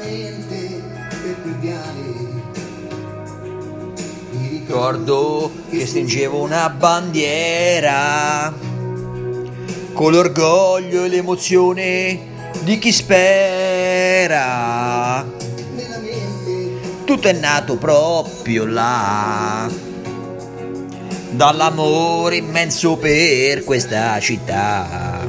Ricordo che stringevo una bandiera con l'orgoglio e l'emozione di chi spera. Tutto è nato proprio là, dall'amore immenso per questa città.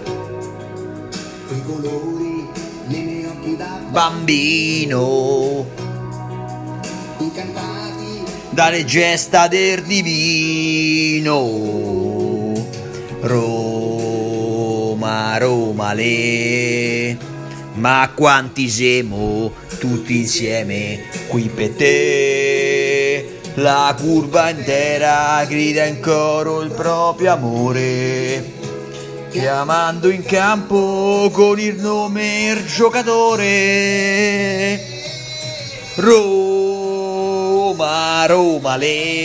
I colori nei miei occhi da bambino, incantati dalle gesta del divino. Roma, Roma, le, ma quanti siamo tutti insieme qui per te. La curva intera grida in coro il proprio amore, chiamando in campo con il nome il giocatore. Roma, Roma,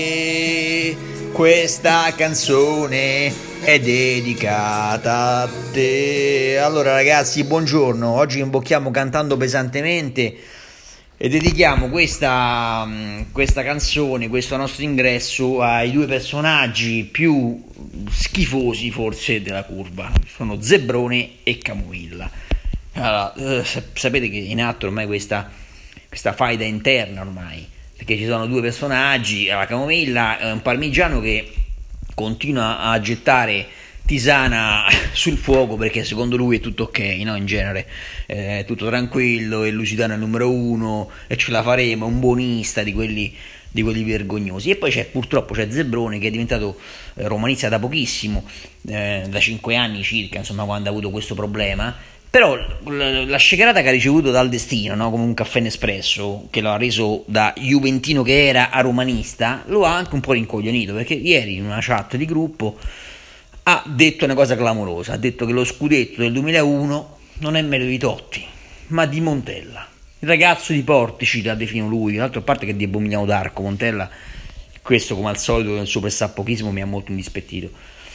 le, questa canzone è dedicata a te. Allora ragazzi, buongiorno. Oggi imbocchiamo cantando pesantemente e dedichiamo questa canzone, questo nostro ingresso ai due personaggi più schifosi forse della curva. Sono Zebrone e Camomilla. Allora, sapete che è in atto ormai questa faida interna ormai, perché ci sono due personaggi. La Camomilla è un parmigiano che continua a gettare tisana sul fuoco perché secondo lui è tutto ok, no? In genere è tutto tranquillo, è Lusitano il numero uno e ce la faremo, è un buonista di quelli vergognosi. E poi purtroppo c'è Zebrone che è diventato romanista da pochissimo, da 5 anni circa, insomma, quando ha avuto questo problema. Però la shakerata che ha ricevuto dal destino, no? Come un caffè Nespresso che lo ha reso da juventino che era a romanista, lo ha anche un po' rincoglionito, perché ieri in una chat di gruppo ha detto una cosa clamorosa. Ha detto che lo scudetto del 2001 non è merito di Totti, ma di Montella, il ragazzo di Portici, l'ha definito lui. D'altra parte che di Abominio d'Arco Montella, questo come al solito nel suo pressappochismo mi ha molto indispettito.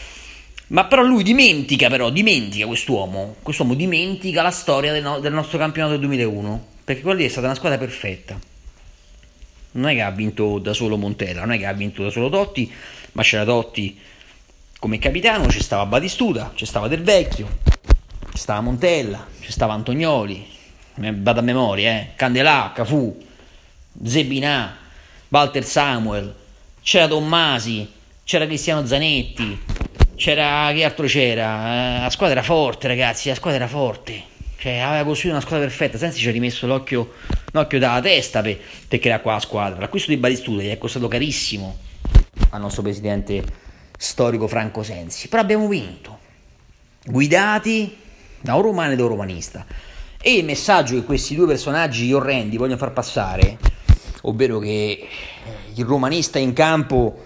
Ma però lui dimentica quest'uomo dimentica la storia del nostro campionato del 2001, perché quella lì è stata una squadra perfetta. Non è che ha vinto da solo Montella, non è che ha vinto da solo Totti, ma c'era Totti come capitano, c'è stava Batistuta, c'è stava Del Vecchio, c'è stava Montella, c'è stava Antonioli, vado a memoria, Candelà, Cafù, Zebinà, Walter Samuel, c'era Tommasi, c'era Cristiano Zanetti, c'era, che altro c'era? La squadra era forte, ragazzi, la squadra era forte, cioè aveva costruito una squadra perfetta. Sensi ci ha rimesso l'occhio dalla testa per creare qua la squadra. L'acquisto di Batistuta gli è costato carissimo al nostro presidente storico Franco Sensi, però abbiamo vinto, guidati da un romano e da un romanista. E il messaggio che questi due personaggi orrendi vogliono far passare, ovvero che il romanista in campo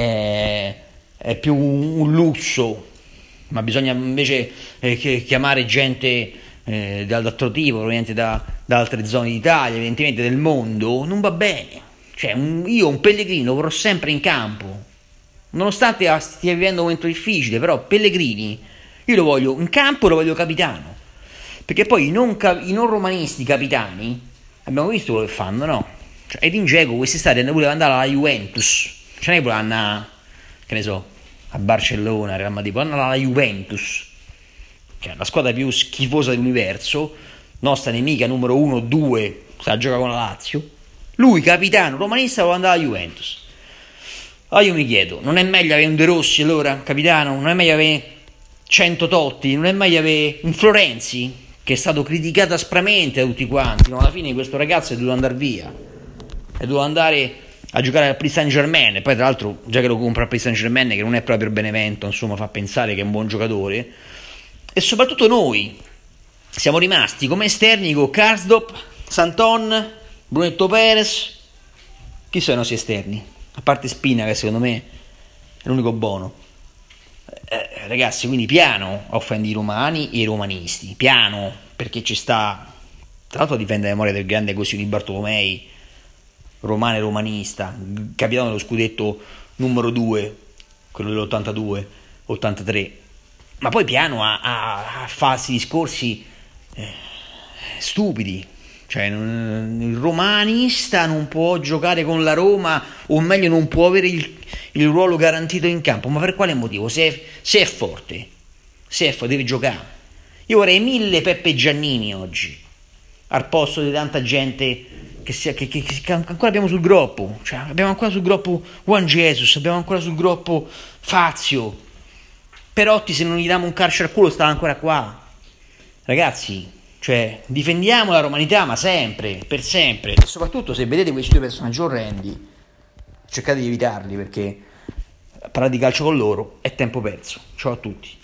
è più un lusso, ma bisogna invece chiamare gente d'altro tipo, proveniente da altre zone d'Italia, evidentemente del mondo, non va bene. Cioè io un Pellegrino vorrò sempre in campo, nonostante stia vivendo un momento difficile, però Pellegrini io lo voglio in campo, lo voglio capitano, perché poi i non romanisti capitani abbiamo visto quello che fanno, no? Cioè, Edin Dzeko quest'estate voleva andare alla Juventus, cioè ne voleva andare, che ne so, a Barcellona, Real Madrid, voleva andare alla Juventus, cioè la squadra più schifosa dell'universo, nostra nemica numero 1, 2, se la gioca con la Lazio. Lui capitano romanista voleva andare alla Juventus. Allora io mi chiedo, non è meglio avere un De Rossi allora, capitano? Non è meglio avere 100 Totti? Non è meglio avere un Florenzi, che è stato criticato aspramente da tutti quanti, ma alla fine questo ragazzo è dovuto andare via, è dovuto andare a giocare al Paris Saint-Germain, e poi tra l'altro già che lo compra al Paris Saint-Germain, che non è proprio Benevento, insomma, fa pensare che è un buon giocatore. E soprattutto noi siamo rimasti come esterni con Karsdorp, Santon, Brunetto Perez. Chi sono i nostri esterni? A parte Spina, che secondo me è l'unico buono. Ragazzi, quindi piano a offendere i romani e i romanisti, piano, perché ci sta, tra l'altro, a difendere la memoria del grande Cosio di Bartolomei, romano e romanista, capitano dello scudetto numero 2, quello dell'82-83, ma poi piano a farsi discorsi stupidi, Cioè, il romanista non può giocare con la Roma, o meglio non può avere il ruolo garantito in campo. Ma per quale motivo? Se è forte, deve giocare. Io vorrei 1000 Peppe Giannini oggi, al posto di tanta gente che ancora abbiamo sul groppo. Cioè, abbiamo ancora sul groppo Juan Jesus, abbiamo ancora sul groppo Fazio. Perotti, se non gli diamo un calcio al culo, stava ancora qua. Ragazzi, cioè, difendiamo la romanità, ma sempre, per sempre. E soprattutto se vedete questi due personaggi orrendi, cercate di evitarli, perché parlare di calcio con loro è tempo perso. Ciao a tutti.